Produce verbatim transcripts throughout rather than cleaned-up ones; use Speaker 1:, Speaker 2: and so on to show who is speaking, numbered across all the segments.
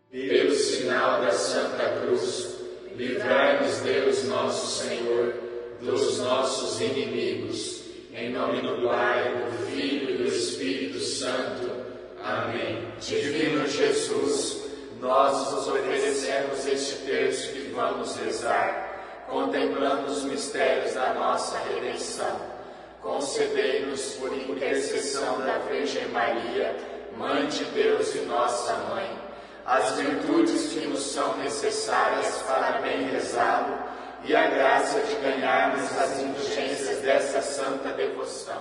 Speaker 1: Pelo sinal da Santa Cruz, livrai-nos Deus nosso Senhor dos nossos inimigos. Em nome do Pai, do Filho e do Espírito Santo. Amém. Divino Jesus, nós vos oferecemos este terço que vamos rezar, contemplando os mistérios da nossa redenção. Concedei-nos, por intercessão da Virgem Maria, Mãe de Deus e nossa Mãe, as virtudes que nos são necessárias para bem rezá-lo e a graça de ganharmos as indulgências dessa santa devoção.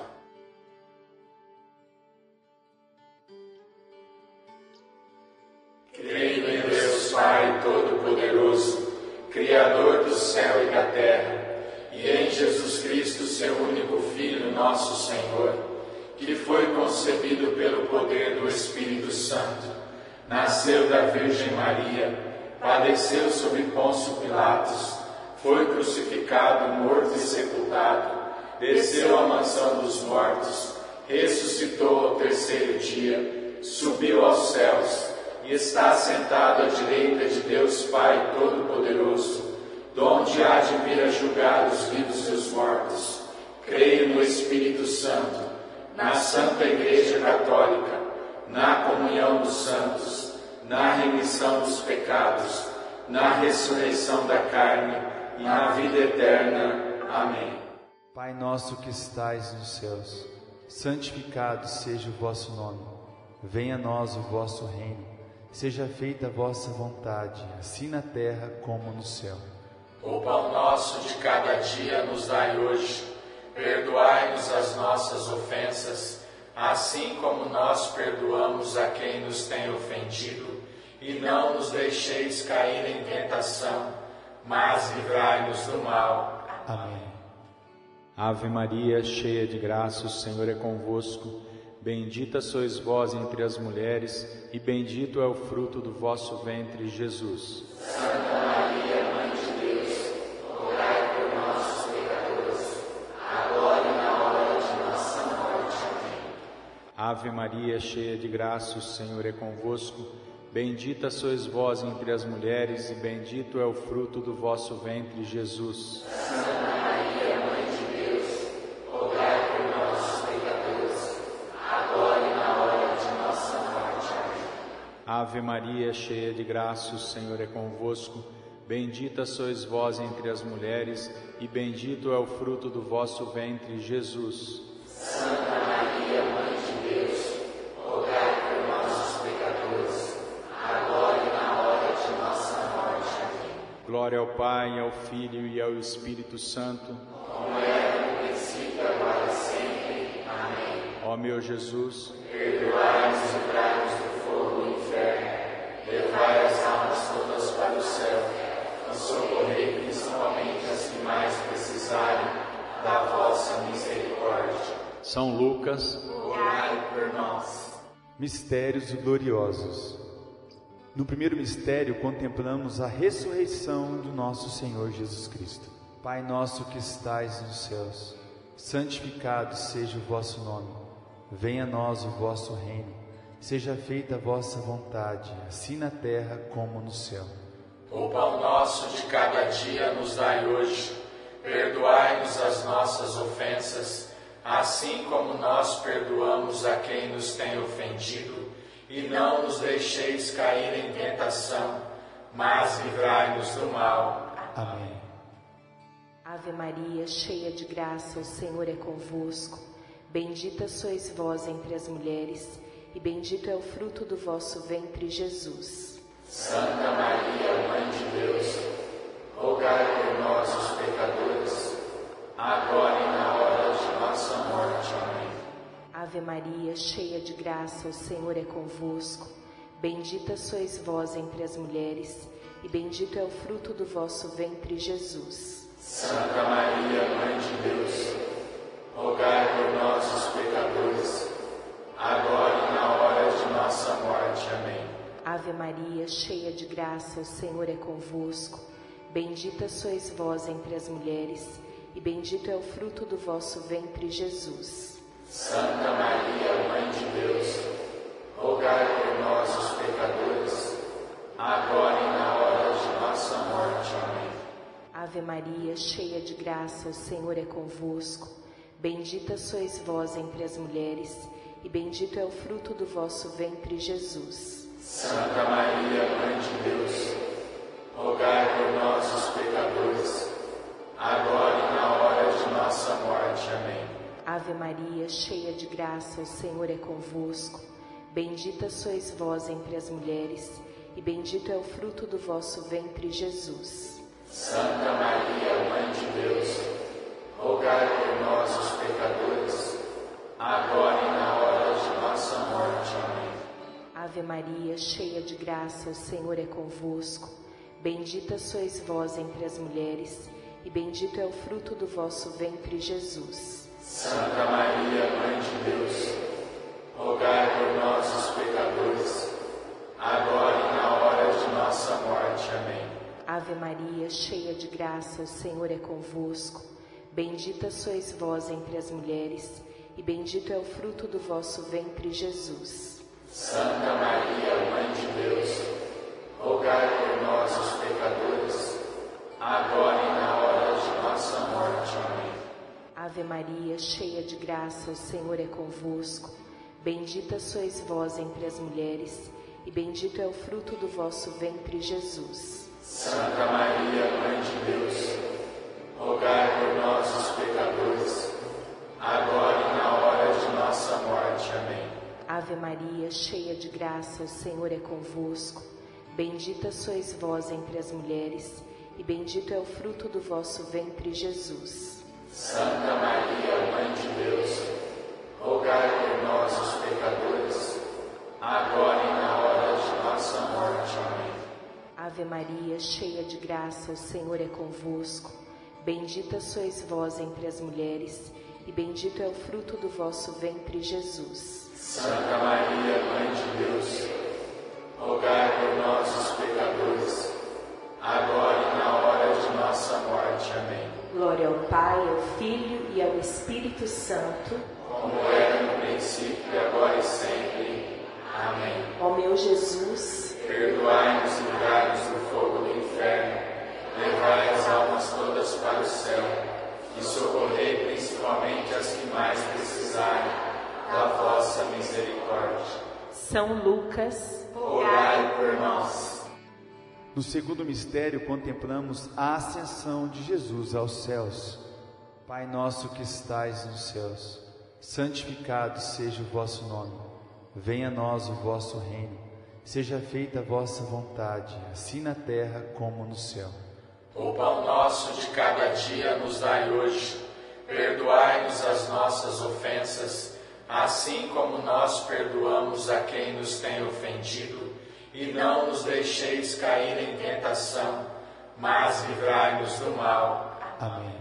Speaker 1: Creio em Deus Pai Todo-Poderoso, Criador do céu e da terra, e em Jesus Cristo, seu único Filho, nosso Senhor, que foi concebido pelo poder do Espírito Santo, nasceu da Virgem Maria, padeceu sob Pôncio Pilatos, foi crucificado, morto e sepultado, desceu à mansão dos mortos, ressuscitou ao terceiro dia, subiu aos céus e está sentado à direita de Deus Pai Todo-Poderoso, donde há de vir a julgar os vivos e os mortos. Creio no Espírito Santo, na Santa Igreja Católica, na comunhão dos santos, na remissão dos pecados, na ressurreição da carne e na vida eterna. Amém.
Speaker 2: Pai nosso que estais nos céus, santificado seja o vosso nome. Venha a nós o vosso reino. Seja feita a vossa vontade, assim na terra como no céu.
Speaker 1: O pão nosso de cada dia nos dai hoje. Perdoai-nos as nossas ofensas, assim como nós perdoamos a quem nos tem ofendido. E não nos deixeis cair em tentação, mas livrai-nos do mal.
Speaker 2: Amém.
Speaker 3: Ave Maria, cheia de graça, o Senhor é convosco. Bendita sois vós entre as mulheres, e bendito é o fruto do vosso ventre, Jesus.
Speaker 1: Santa Maria, Mãe de Deus, rogai por nós, os pecadores, agora e na hora de nossa morte. Amém.
Speaker 3: Ave Maria, cheia de graça, o Senhor é convosco. Bendita sois vós entre as mulheres, e bendito é o fruto do vosso ventre, Jesus.
Speaker 1: Santa Maria, Mãe de Deus, rogai por nós, os pecadores, agora e na hora de nossa morte. Amém.
Speaker 3: Ave Maria, cheia de graça, o Senhor é convosco. Bendita sois vós entre as mulheres, e bendito é o fruto do vosso ventre, Jesus.
Speaker 1: Santa Maria, Mãe de Deus, rogai por nós, os pecadores, agora e na hora de nossa morte. Amém.
Speaker 3: Glória ao Pai, ao Filho e ao Espírito Santo.
Speaker 1: Como era no princípio, agora e sempre. Amém.
Speaker 3: Ó meu Jesus,
Speaker 1: Perdoai-nos e livrai-nos do fogo do inferno, levai as almas todas para o céu e socorrei principalmente as que mais precisarem da vossa misericórdia.
Speaker 3: São Lucas,
Speaker 1: Rogai por nós.
Speaker 2: Mistérios gloriosos. No primeiro mistério, contemplamos a ressurreição do nosso Senhor Jesus Cristo. Pai nosso que estais nos céus, santificado seja o vosso nome. Venha a nós o vosso reino. Seja feita a vossa vontade, assim na terra como no céu.
Speaker 1: O pão nosso de cada dia nos dai hoje. Perdoai-nos as nossas ofensas, assim como nós perdoamos a quem nos tem ofendido. E não nos deixeis cair em tentação, mas livrai-nos do mal.
Speaker 2: Amém.
Speaker 4: Ave Maria, cheia de graça, o Senhor é convosco. Bendita sois vós entre as mulheres, e bendito é o fruto do vosso ventre, Jesus.
Speaker 1: Santa Maria, Mãe de Deus, rogai por nós, os pecadores, agora e na hora de nossa morte. Amém.
Speaker 4: Ave Maria, cheia de graça, o Senhor é convosco. Bendita sois vós entre as mulheres, e bendito é o fruto do vosso ventre, Jesus.
Speaker 1: Santa Maria, Mãe de Deus, rogai por nós, os pecadores, agora e na hora de nossa morte. Amém.
Speaker 4: Ave Maria, cheia de graça, o Senhor é convosco. Bendita sois vós entre as mulheres, e bendito é o fruto do vosso ventre, Jesus.
Speaker 1: Santa Maria, Mãe de Deus, rogai por nós, os pecadores,
Speaker 4: Ave Maria, cheia de graça, o Senhor é convosco. Bendita sois vós entre as mulheres, e bendito é o fruto do vosso ventre, Jesus.
Speaker 1: Santa Maria, Mãe de Deus, rogai por nós, os pecadores, agora e na hora de nossa morte. Amém.
Speaker 4: Ave Maria, cheia de graça, o Senhor é convosco. Bendita sois vós entre as mulheres, e bendito é o fruto do vosso ventre, Jesus.
Speaker 1: Santa Maria, Mãe de Deus, rogai por nós, os pecadores, agora e na hora de nossa morte. Amém.
Speaker 4: Ave Maria, cheia de graça, o Senhor é convosco. Bendita sois vós entre as mulheres, e bendito é o fruto do vosso ventre, Jesus.
Speaker 1: Santa Maria, Mãe de Deus, rogai por nós, os pecadores, agora e na hora de nossa morte. Amém.
Speaker 4: Ave Maria, cheia de graça, o Senhor é convosco. Bendita sois vós entre as mulheres, e bendito é o fruto do vosso ventre, Jesus.
Speaker 1: Santa Maria, Mãe de Deus, rogai por nós, os pecadores, agora e na hora de nossa morte. Amém.
Speaker 4: Ave Maria, cheia de graça, o Senhor é convosco. Bendita sois vós entre as mulheres, e bendito é o fruto do vosso ventre, Jesus.
Speaker 1: Santa Maria, Mãe de Deus, rogai por nós, os pecadores, agora e na hora de nossa morte. Amém.
Speaker 4: Ave Maria, cheia de graça, o Senhor é convosco. Bendita sois vós entre as mulheres, e bendito é o fruto do vosso ventre, Jesus.
Speaker 1: Santa Maria, Mãe de Deus, rogai por nós, os pecadores, agora e na hora de nossa morte. Amém.
Speaker 4: Ave Maria, cheia de graça, o Senhor é convosco. Bendita sois vós entre as mulheres, e bendito é o fruto do vosso ventre, Jesus.
Speaker 1: Santa Maria, Mãe de Deus, rogai por nós, os pecadores, agora e na hora de nossa morte. Amém.
Speaker 4: Glória ao Pai, ao Filho e ao Espírito Santo,
Speaker 1: como era no princípio, e agora e sempre. Amém.
Speaker 4: ó meu Jesus,
Speaker 1: perdoai-nos e livrai-nos do fogo do inferno, levai as almas todas para o céu, e socorrei principalmente as que mais precisarem da vossa misericórdia.
Speaker 4: São Lucas,
Speaker 1: rogai por nós.
Speaker 2: No segundo mistério, contemplamos a ascensão de Jesus aos céus. Pai nosso que estais nos céus, santificado seja o vosso nome. Venha a nós o vosso reino. Seja feita a vossa vontade, assim na terra como no céu.
Speaker 1: O pão nosso de cada dia nos dai hoje. Perdoai-nos as nossas ofensas, assim como nós perdoamos a quem nos tem ofendido. E não nos deixeis cair em tentação, mas livrai-nos do mal.
Speaker 2: Amém.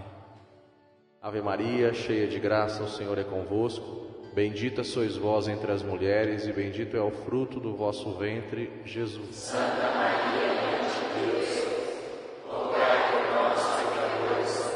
Speaker 5: Ave Maria, cheia de graça, o Senhor é convosco. Bendita sois vós entre as mulheres, e bendito é o fruto do vosso ventre, Jesus.
Speaker 1: Santa Maria, Mãe de Deus, rogai por nós, pecadores,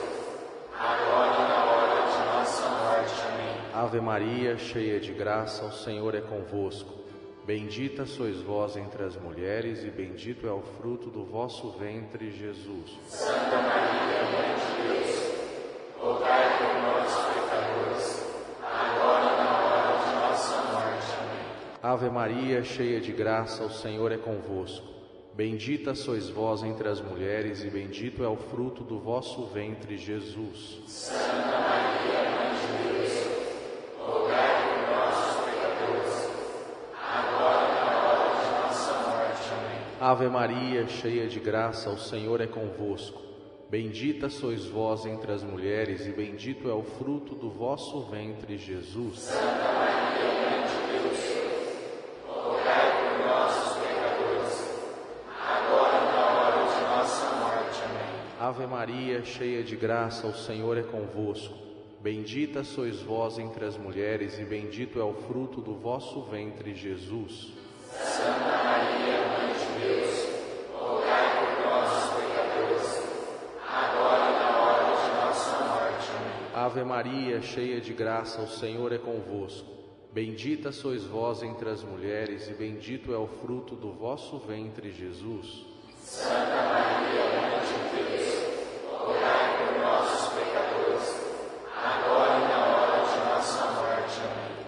Speaker 1: agora e na hora de nossa morte. Amém.
Speaker 5: Ave Maria, cheia de graça, o Senhor é convosco. Bendita sois vós entre as mulheres, e bendito é o fruto do vosso ventre, Jesus.
Speaker 1: Santa Maria, Mãe de Deus, rogai por nós, pecadores, agora e na hora de nossa morte. Amém.
Speaker 5: Ave Maria, cheia de graça, o Senhor é convosco. Bendita sois vós entre as mulheres, e bendito é o fruto do vosso ventre, Jesus.
Speaker 1: Santa Maria, Mãe de Deus, rogai por nós, os pecadores, agora e na hora de nossa morte. Amém.
Speaker 5: Ave Maria, cheia de graça, o Senhor é convosco. Bendita sois vós entre as mulheres, e bendito é o fruto do vosso ventre, Jesus.
Speaker 1: Santa Maria, Mãe de Deus, rogai por nós, os pecadores, agora e na hora de nossa morte. Amém.
Speaker 5: Ave Maria, cheia de graça, o Senhor é convosco. Bendita sois vós entre as mulheres, e bendito é o fruto do vosso ventre, Jesus.
Speaker 1: Santa Maria, Mãe de Deus, rogai por nós, os pecadores, agora e na hora de nossa morte. Amém.
Speaker 5: Ave Maria, cheia de graça, o Senhor é convosco. Bendita sois vós entre as mulheres, e bendito é o fruto do vosso ventre, Jesus.
Speaker 1: Santa Maria, Mãe de Deus, rogai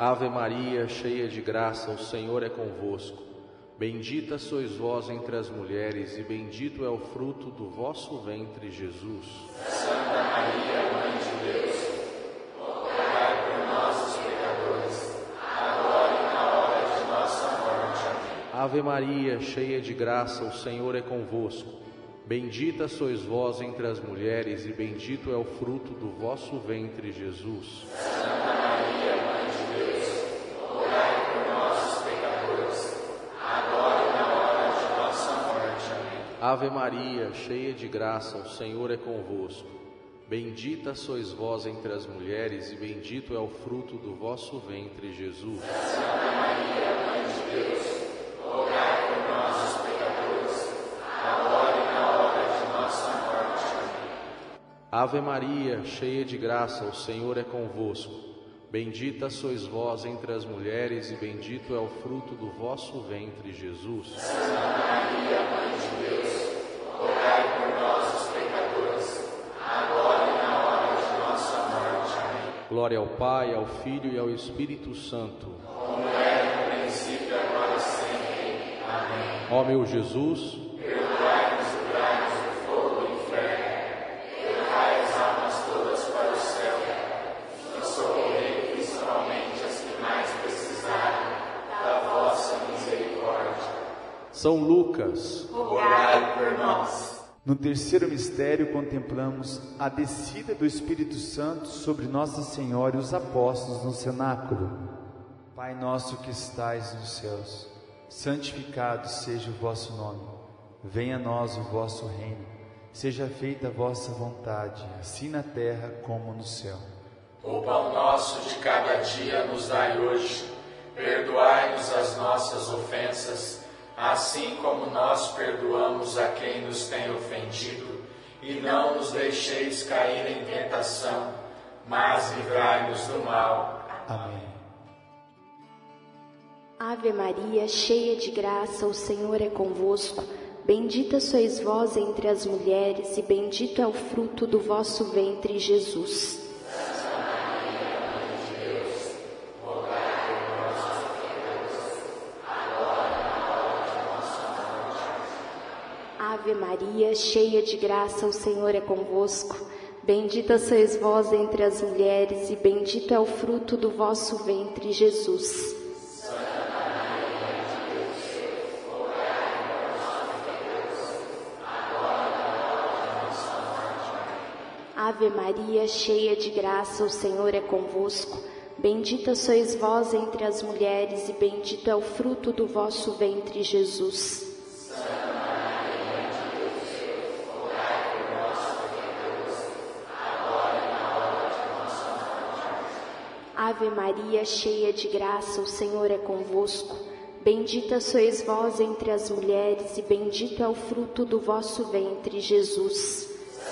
Speaker 5: Ave Maria, cheia de graça, o Senhor é convosco. Bendita sois vós entre as mulheres, e bendito é o fruto do vosso ventre, Jesus.
Speaker 1: Santa Maria, Mãe de Deus, rogai por nós, os pecadores, agora e na hora de nossa morte. Amém.
Speaker 5: Ave Maria, cheia de graça, o Senhor é convosco. Bendita sois vós entre as mulheres, e bendito é o fruto do vosso ventre, Jesus.
Speaker 1: Santa Maria, Mãe de Deus, rogai por nós, os pecadores, agora e na hora de nossa morte. Amém.
Speaker 5: Ave Maria, cheia de graça, o Senhor é convosco. Bendita sois vós entre as mulheres, e bendito é o fruto do vosso ventre, Jesus.
Speaker 1: Santa Maria, Mãe de Deus, rogai por nós, os pecadores, agora e na hora de nossa morte. Amém.
Speaker 5: Ave Maria, cheia de graça, o Senhor é convosco. Bendita sois vós entre as mulheres, e bendito é o fruto do vosso ventre, Jesus.
Speaker 1: Santa Maria, Mãe de Deus, rogai por nós, os pecadores, agora e na hora de nossa morte. Amém.
Speaker 5: Glória ao Pai, ao Filho e ao Espírito Santo.
Speaker 1: Como era no princípio, agora e sempre. Amém.
Speaker 5: Ó meu Jesus,
Speaker 1: Perdoai-nos, livrai-nos do fogo do inferno, levai as almas todas para o céu, e socorrei principalmente as que mais precisarem da vossa misericórdia.
Speaker 5: São Lucas.
Speaker 1: Rogai por nós.
Speaker 2: No terceiro mistério, contemplamos a descida do Espírito Santo sobre Nossa Senhora e os apóstolos no cenáculo. Pai nosso que estais nos céus, santificado seja o vosso nome. Venha a nós o vosso reino. Seja feita a vossa vontade, assim na terra como no céu.
Speaker 1: O pão nosso de cada dia nos dai hoje. Perdoai-nos as nossas ofensas, assim como nós perdoamos a quem nos tem ofendido. E não nos deixeis cair em tentação, mas livrai-nos do mal.
Speaker 2: Amém.
Speaker 6: Ave Maria, cheia de graça, o Senhor é convosco. Bendita sois vós entre as mulheres, e bendito é o fruto do vosso ventre, Jesus. Ave Maria, cheia de graça, o Senhor é convosco. Bendita sois vós entre as mulheres, e bendito é o fruto do vosso ventre, Jesus. Ave Maria, cheia de graça, o Senhor é convosco. Bendita sois vós entre as mulheres, e bendito é o fruto do vosso ventre, Jesus. Ave Maria, cheia de graça, o Senhor é convosco. Bendita sois vós entre as mulheres, e bendito é o fruto do vosso ventre, Jesus.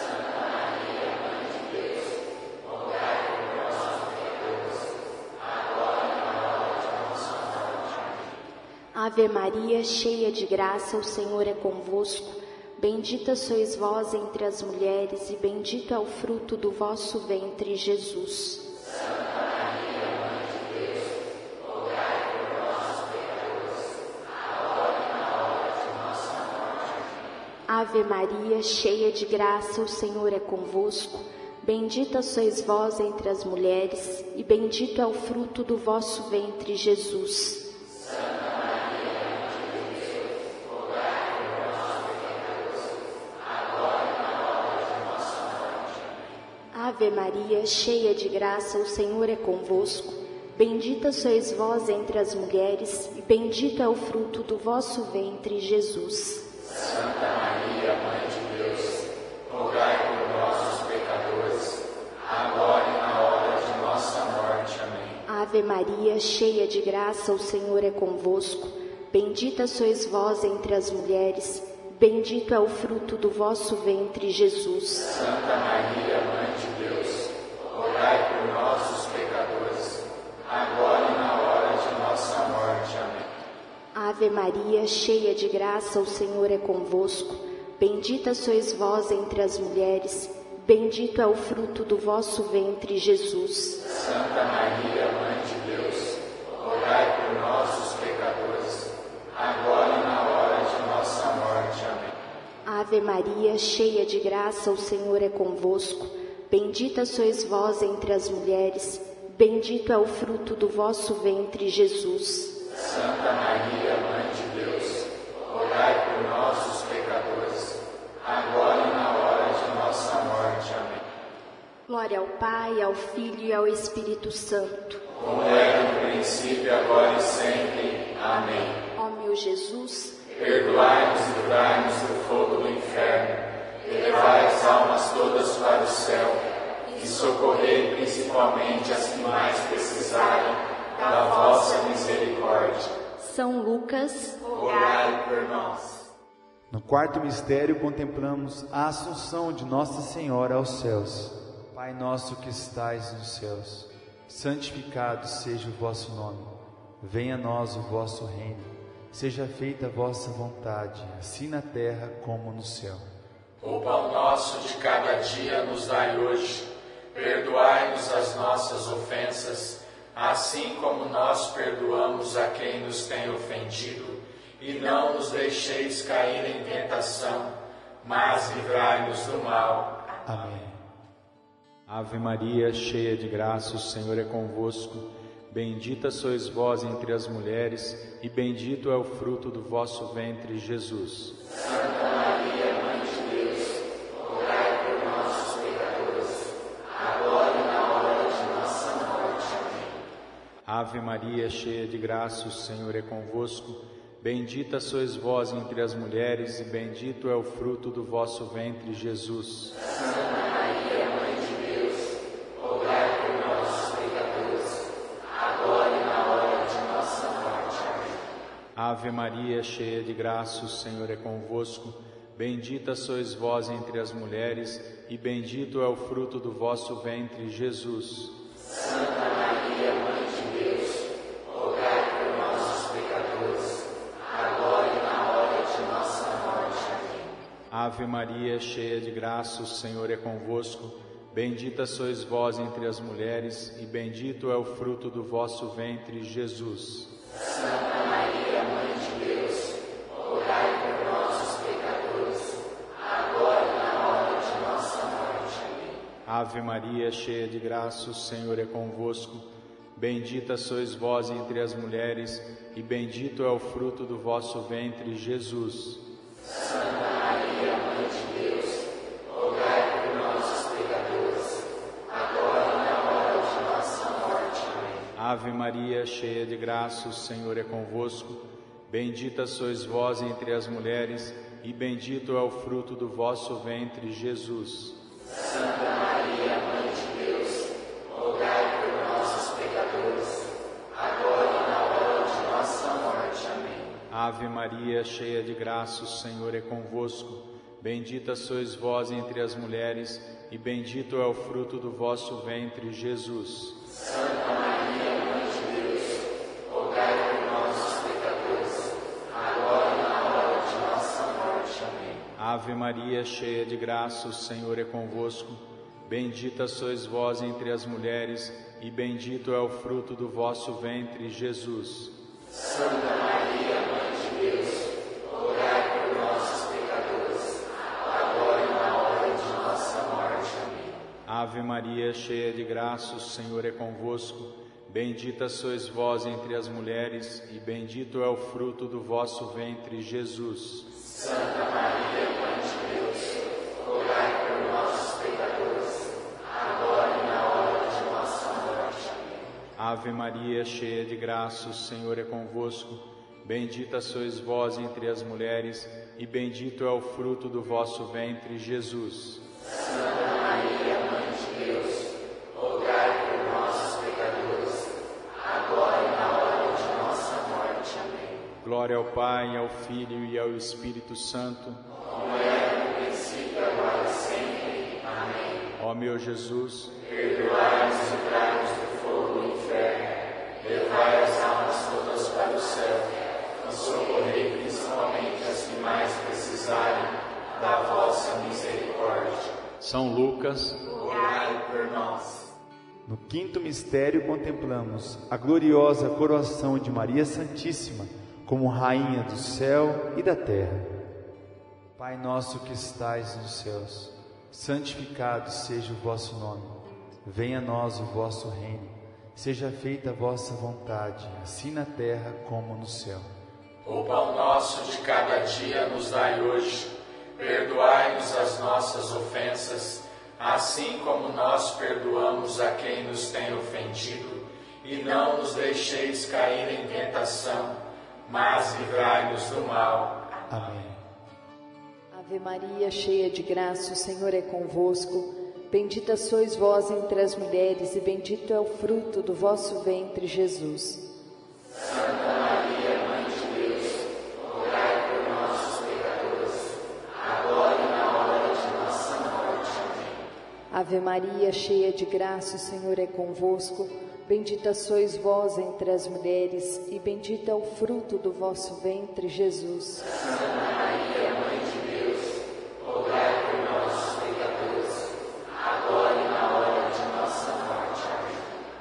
Speaker 6: Ave Maria, cheia de graça, o Senhor é convosco. Bendita sois vós entre as mulheres, e bendito é o fruto do vosso ventre, Jesus. Ave Maria, cheia de graça, o Senhor é convosco. Bendita sois vós entre as mulheres, e bendito é o fruto do vosso ventre, Jesus. Ave Maria, cheia de graça, o Senhor é convosco. Bendita sois vós entre as mulheres, e bendito é o fruto do vosso ventre, Jesus.
Speaker 1: Santa Maria, Mãe de Deus, rogai por nós, os pecadores, agora e na hora de nossa morte. Amém.
Speaker 6: Ave Maria, cheia de graça, o Senhor é convosco. Bendita sois vós entre as mulheres, bendito é o fruto do vosso ventre, Jesus.
Speaker 1: Santa Maria, Mãe de Deus, rogai por nós, os pecadores, agora e na hora de nossa morte. Amém.
Speaker 6: Ave Maria, cheia de graça, o Senhor é convosco. Bendita sois vós entre as mulheres, bendito é o fruto do vosso ventre, Jesus.
Speaker 1: Santa Maria, Mãe de Deus,
Speaker 6: Ave Maria, cheia de graça, o Senhor é convosco. Bendita sois vós entre as mulheres, bendito é o fruto do vosso ventre, Jesus.
Speaker 1: Santa Maria, Mãe de Deus, rogai por nós, os pecadores, agora e na hora de nossa morte. Amém.
Speaker 6: Glória ao Pai, ao Filho e ao Espírito Santo.
Speaker 1: Como era no princípio, agora e sempre. Amém.
Speaker 6: Ó meu Jesus,
Speaker 1: perdoai-nos e livrai-nos do fogo do inferno, e levai as almas todas para o céu, e socorrei principalmente as que mais precisarem da vossa misericórdia.
Speaker 6: São Lucas,
Speaker 1: rogai por nós.
Speaker 2: No quarto mistério, contemplamos a assunção de Nossa Senhora aos céus. Pai nosso que estais nos céus, santificado seja o vosso nome. Venha a nós o vosso reino. Seja feita a vossa vontade, assim na terra como no céu.
Speaker 1: O pão nosso de cada dia nos dai hoje. Perdoai-nos as nossas ofensas, assim como nós perdoamos a quem nos tem ofendido. E não nos deixeis cair em tentação, mas livrai-nos do mal.
Speaker 2: Amém.
Speaker 3: Ave Maria, cheia de graça, o Senhor é convosco. Bendita sois vós entre as mulheres, e bendito é o fruto do vosso ventre, Jesus.
Speaker 1: Santa Maria, Mãe de Deus, rogai por nós, os pecadores, agora e na hora de nossa morte. Amém.
Speaker 3: Ave Maria, cheia de graça, o Senhor é convosco. Bendita sois vós entre as mulheres, e bendito é o fruto do vosso ventre, Jesus.
Speaker 1: Santa Maria, Mãe de Deus, rogai por nós, os pecadores, agora e na hora de nossa morte. Amém.
Speaker 3: Ave Maria, cheia de graça, o Senhor é convosco. Bendita sois vós entre as mulheres, e bendito é o fruto do vosso ventre, Jesus.
Speaker 1: Santa Maria, Mãe de Deus, rogai por nós, os pecadores, agora e na hora de nossa morte. Amém.
Speaker 3: Ave Maria, cheia de graça, o Senhor é convosco. Bendita sois vós entre as mulheres, e bendito é o fruto do vosso ventre, Jesus.
Speaker 1: Santa Maria, Mãe de Deus, rogai por nós, os pecadores, agora e na hora de nossa morte. Amém.
Speaker 3: Ave Maria, cheia de graça, o Senhor é convosco. Bendita sois vós entre as mulheres, e bendito é o fruto do vosso ventre, Jesus.
Speaker 1: Santa Maria, Mãe de Deus, rogai por nós, os pecadores, agora e na hora de nossa morte. Amém.
Speaker 3: Ave Maria, cheia de graça, o Senhor é convosco. Bendita sois vós entre as mulheres, e bendito é o fruto do vosso ventre, Jesus.
Speaker 1: Santa Maria, Mãe de Deus, rogai por nós, os pecadores, agora e na hora de nossa morte. Amém.
Speaker 3: Ave Maria, cheia de graça, o Senhor é convosco. Bendita sois vós entre as mulheres, e bendito é o fruto do vosso ventre, Jesus.
Speaker 1: Santa Maria, Mãe de Deus, rogai por nós, os pecadores, agora e na hora de nossa morte. Amém.
Speaker 3: Ave Maria, cheia de graça, o Senhor é convosco. Bendita sois vós entre as mulheres, e bendito é o fruto do vosso ventre, Jesus.
Speaker 1: Santa Maria, Mãe de Deus, rogai por nós, os pecadores, agora e na hora de nossa morte. Amém.
Speaker 3: Ave Maria, cheia de graça, o Senhor é convosco. Bendita sois vós entre as mulheres, e bendito é o fruto do vosso ventre, Jesus.
Speaker 1: Santa Maria, Mãe de Deus, rogai por nós, os pecadores, agora e na hora de nossa morte. Amém.
Speaker 3: Ave Maria, cheia de graça, o Senhor é convosco. Bendita sois vós entre as mulheres, e bendito é o fruto do vosso ventre, Jesus.
Speaker 1: Santa Maria, Mãe de Deus, rogai por nós, os pecadores, agora e na hora de nossa morte. Amém.
Speaker 3: Glória ao Pai, ao Filho e ao Espírito Santo.
Speaker 1: Como era no princípio, agora e sempre. Amém.
Speaker 3: Ó meu Jesus,
Speaker 1: perdoai-nos e livrai-nos do fogo do inferno, levai as almas todas para o céu, e socorrei principalmente as que mais precisarem da vossa misericórdia.
Speaker 3: São Lucas,
Speaker 1: rogai por nós.
Speaker 2: No quinto mistério, contemplamos a gloriosa coroação de Maria Santíssima como Rainha do céu e da terra. Pai nosso que estais nos céus, santificado seja o vosso nome. Venha a nós o vosso reino. Seja feita a vossa vontade, assim na terra como no céu.
Speaker 1: O pão nosso de cada dia nos dai hoje. Perdoai-nos as nossas ofensas, assim como nós perdoamos a quem nos tem ofendido. E não nos deixeis cair em tentação, mas livrai-nos do mal.
Speaker 2: Amém.
Speaker 7: Ave Maria, cheia de graça, o Senhor é convosco. Bendita sois vós entre as mulheres, e bendito é o fruto do vosso ventre, Jesus.
Speaker 1: Santa Maria, Mãe de Deus, rogai por nós, os pecadores, agora e na hora de nossa morte. Amém.
Speaker 7: Ave Maria, cheia de graça, o Senhor é convosco. Bendita sois vós entre as mulheres, e bendito é o fruto do vosso ventre, Jesus.
Speaker 1: Santa Maria, Mãe de Deus, rogai por nós, os pecadores, agora e na hora de nossa morte. Amém.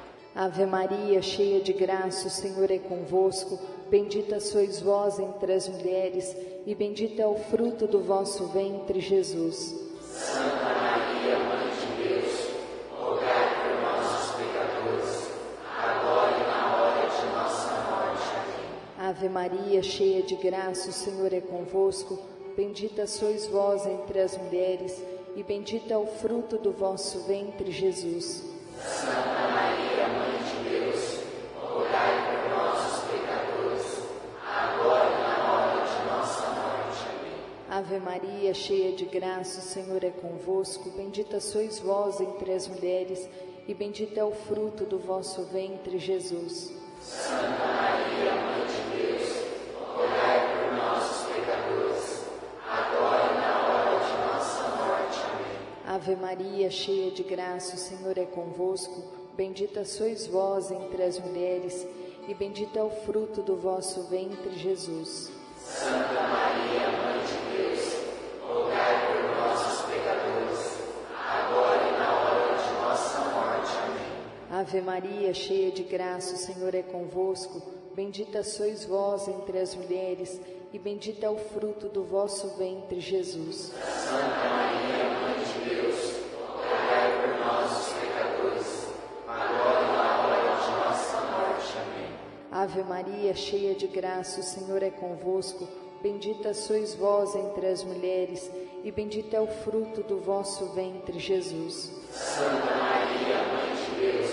Speaker 7: Ave Maria, cheia de graça, o Senhor é convosco. Bendita sois vós entre as mulheres, e bendito é o fruto do vosso ventre, Jesus.
Speaker 1: Santa Maria, Mãe de Deus, rogai por nós, os pecadores, agora e na hora de nossa morte. Amém.
Speaker 7: Ave Maria, cheia de graça, o Senhor é convosco. Bendita sois vós entre as mulheres, e bendito é o fruto do vosso ventre, Jesus.
Speaker 1: Santa Maria, Mãe de Deus, rogai por nós, os pecadores, agora e na hora de nossa morte. Amém.
Speaker 7: Ave Maria, cheia de graça, o Senhor é convosco. Bendita sois vós entre as mulheres, e bendito é o fruto do vosso ventre, Jesus.
Speaker 1: Santa Maria, Mãe de Deus, rogai por nós, os pecadores, agora e na hora de nossa morte. Amém.
Speaker 7: Ave Maria, cheia de graça, o Senhor é convosco. Bendita sois vós entre as mulheres, e bendito é o fruto do vosso ventre, Jesus.
Speaker 1: Santa Maria, Mãe de Deus, rogai por nós, os pecadores, agora e na hora de nossa morte. Amém.
Speaker 7: Ave Maria, cheia de graça, o Senhor é convosco. Bendita sois vós entre as mulheres, e bendito é o fruto do vosso ventre, Jesus.
Speaker 1: Santa Maria, Mãe de Deus, rogai por nós, os pecadores, agora e na hora de nossa morte. Amém.
Speaker 7: Ave Maria, cheia de graça, o Senhor é convosco. Bendita sois vós entre as mulheres, e bendito é o fruto do vosso ventre, Jesus.
Speaker 1: Santa Maria, Mãe de Deus,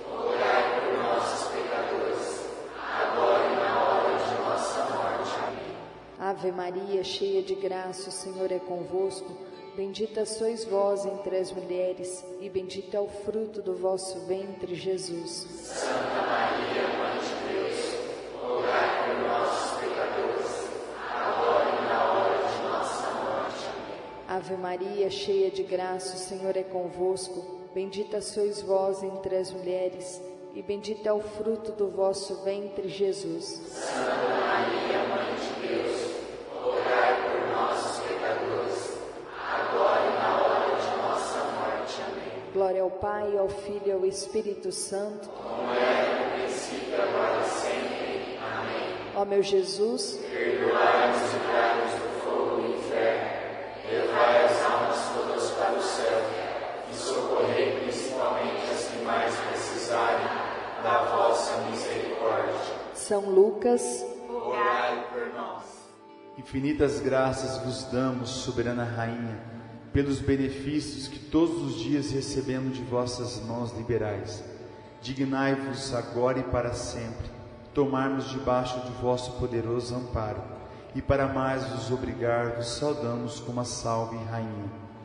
Speaker 1: rogai por nós, os pecadores, agora e na hora de nossa morte. Amém.
Speaker 7: Ave Maria, cheia de graça, o Senhor é convosco. Bendita sois vós entre as mulheres, e bendito é o fruto do vosso ventre, Jesus.
Speaker 1: Santa Maria, Mãe de Deus, rogai por nós, os pecadores, agora e na hora de nossa morte. Amém.
Speaker 7: Ave Maria, cheia de graça, o Senhor é convosco. Bendita sois vós entre as mulheres, e bendito é o fruto do vosso ventre, Jesus.
Speaker 1: Santa Maria, Mãe de Deus, rogai por nós, os pecadores, agora e na hora de nossa morte. Amém.
Speaker 7: Glória ao Pai, ao Filho e ao Espírito Santo.
Speaker 1: Como era no princípio, agora e sempre. Amém.
Speaker 7: Ó meu Jesus,
Speaker 1: Perdoai-nos e livrai-nos do fogo do inferno, levai as almas todas para o céu, e socorrei principalmente as que mais precisarem da vossa misericórdia.
Speaker 7: São Lucas,
Speaker 1: Rogai por nós.
Speaker 2: Infinitas graças vos damos, soberana Rainha, pelos benefícios que todos os dias recebemos de vossas mãos liberais. Dignai-vos agora e para sempre tomarmos debaixo de vosso poderoso amparo, e para mais vos obrigar, vos saudamos como a salve Rainha.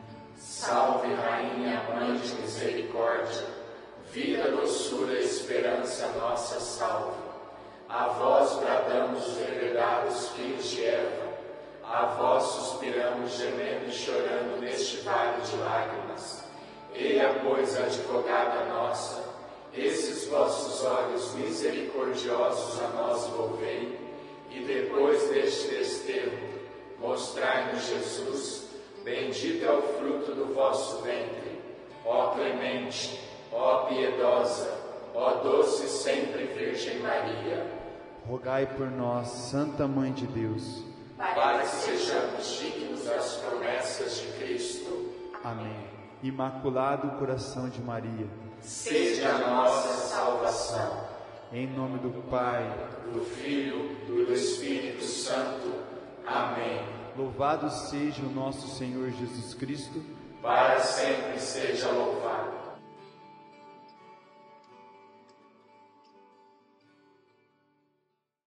Speaker 1: Salve, Rainha, Mãe de misericórdia, vida, doçura e esperança nossa salve. A vós bradamos os degredados filhos de Eva, a vós suspiramos gemendo e chorando neste vale de lágrimas. Eia, pois, advogada nossa, esses vossos olhos misericordiosos a nós volvei, e depois deste desterro, mostrai-nos Jesus, bendito é o fruto do vosso ventre. Ó clemente, ó piedosa, ó doce sempre Virgem Maria.
Speaker 2: Rogai por nós, Santa Mãe de Deus,
Speaker 1: para que sejamos dignos das promessas de Cristo.
Speaker 2: Amém. Imaculado Coração de Maria,
Speaker 1: seja a nossa salvação.
Speaker 2: em nome do Pai,
Speaker 1: Do Filho e do Espírito Santo. Amém.
Speaker 2: louvado seja o nosso Senhor Jesus Cristo,
Speaker 1: Para sempre seja louvado.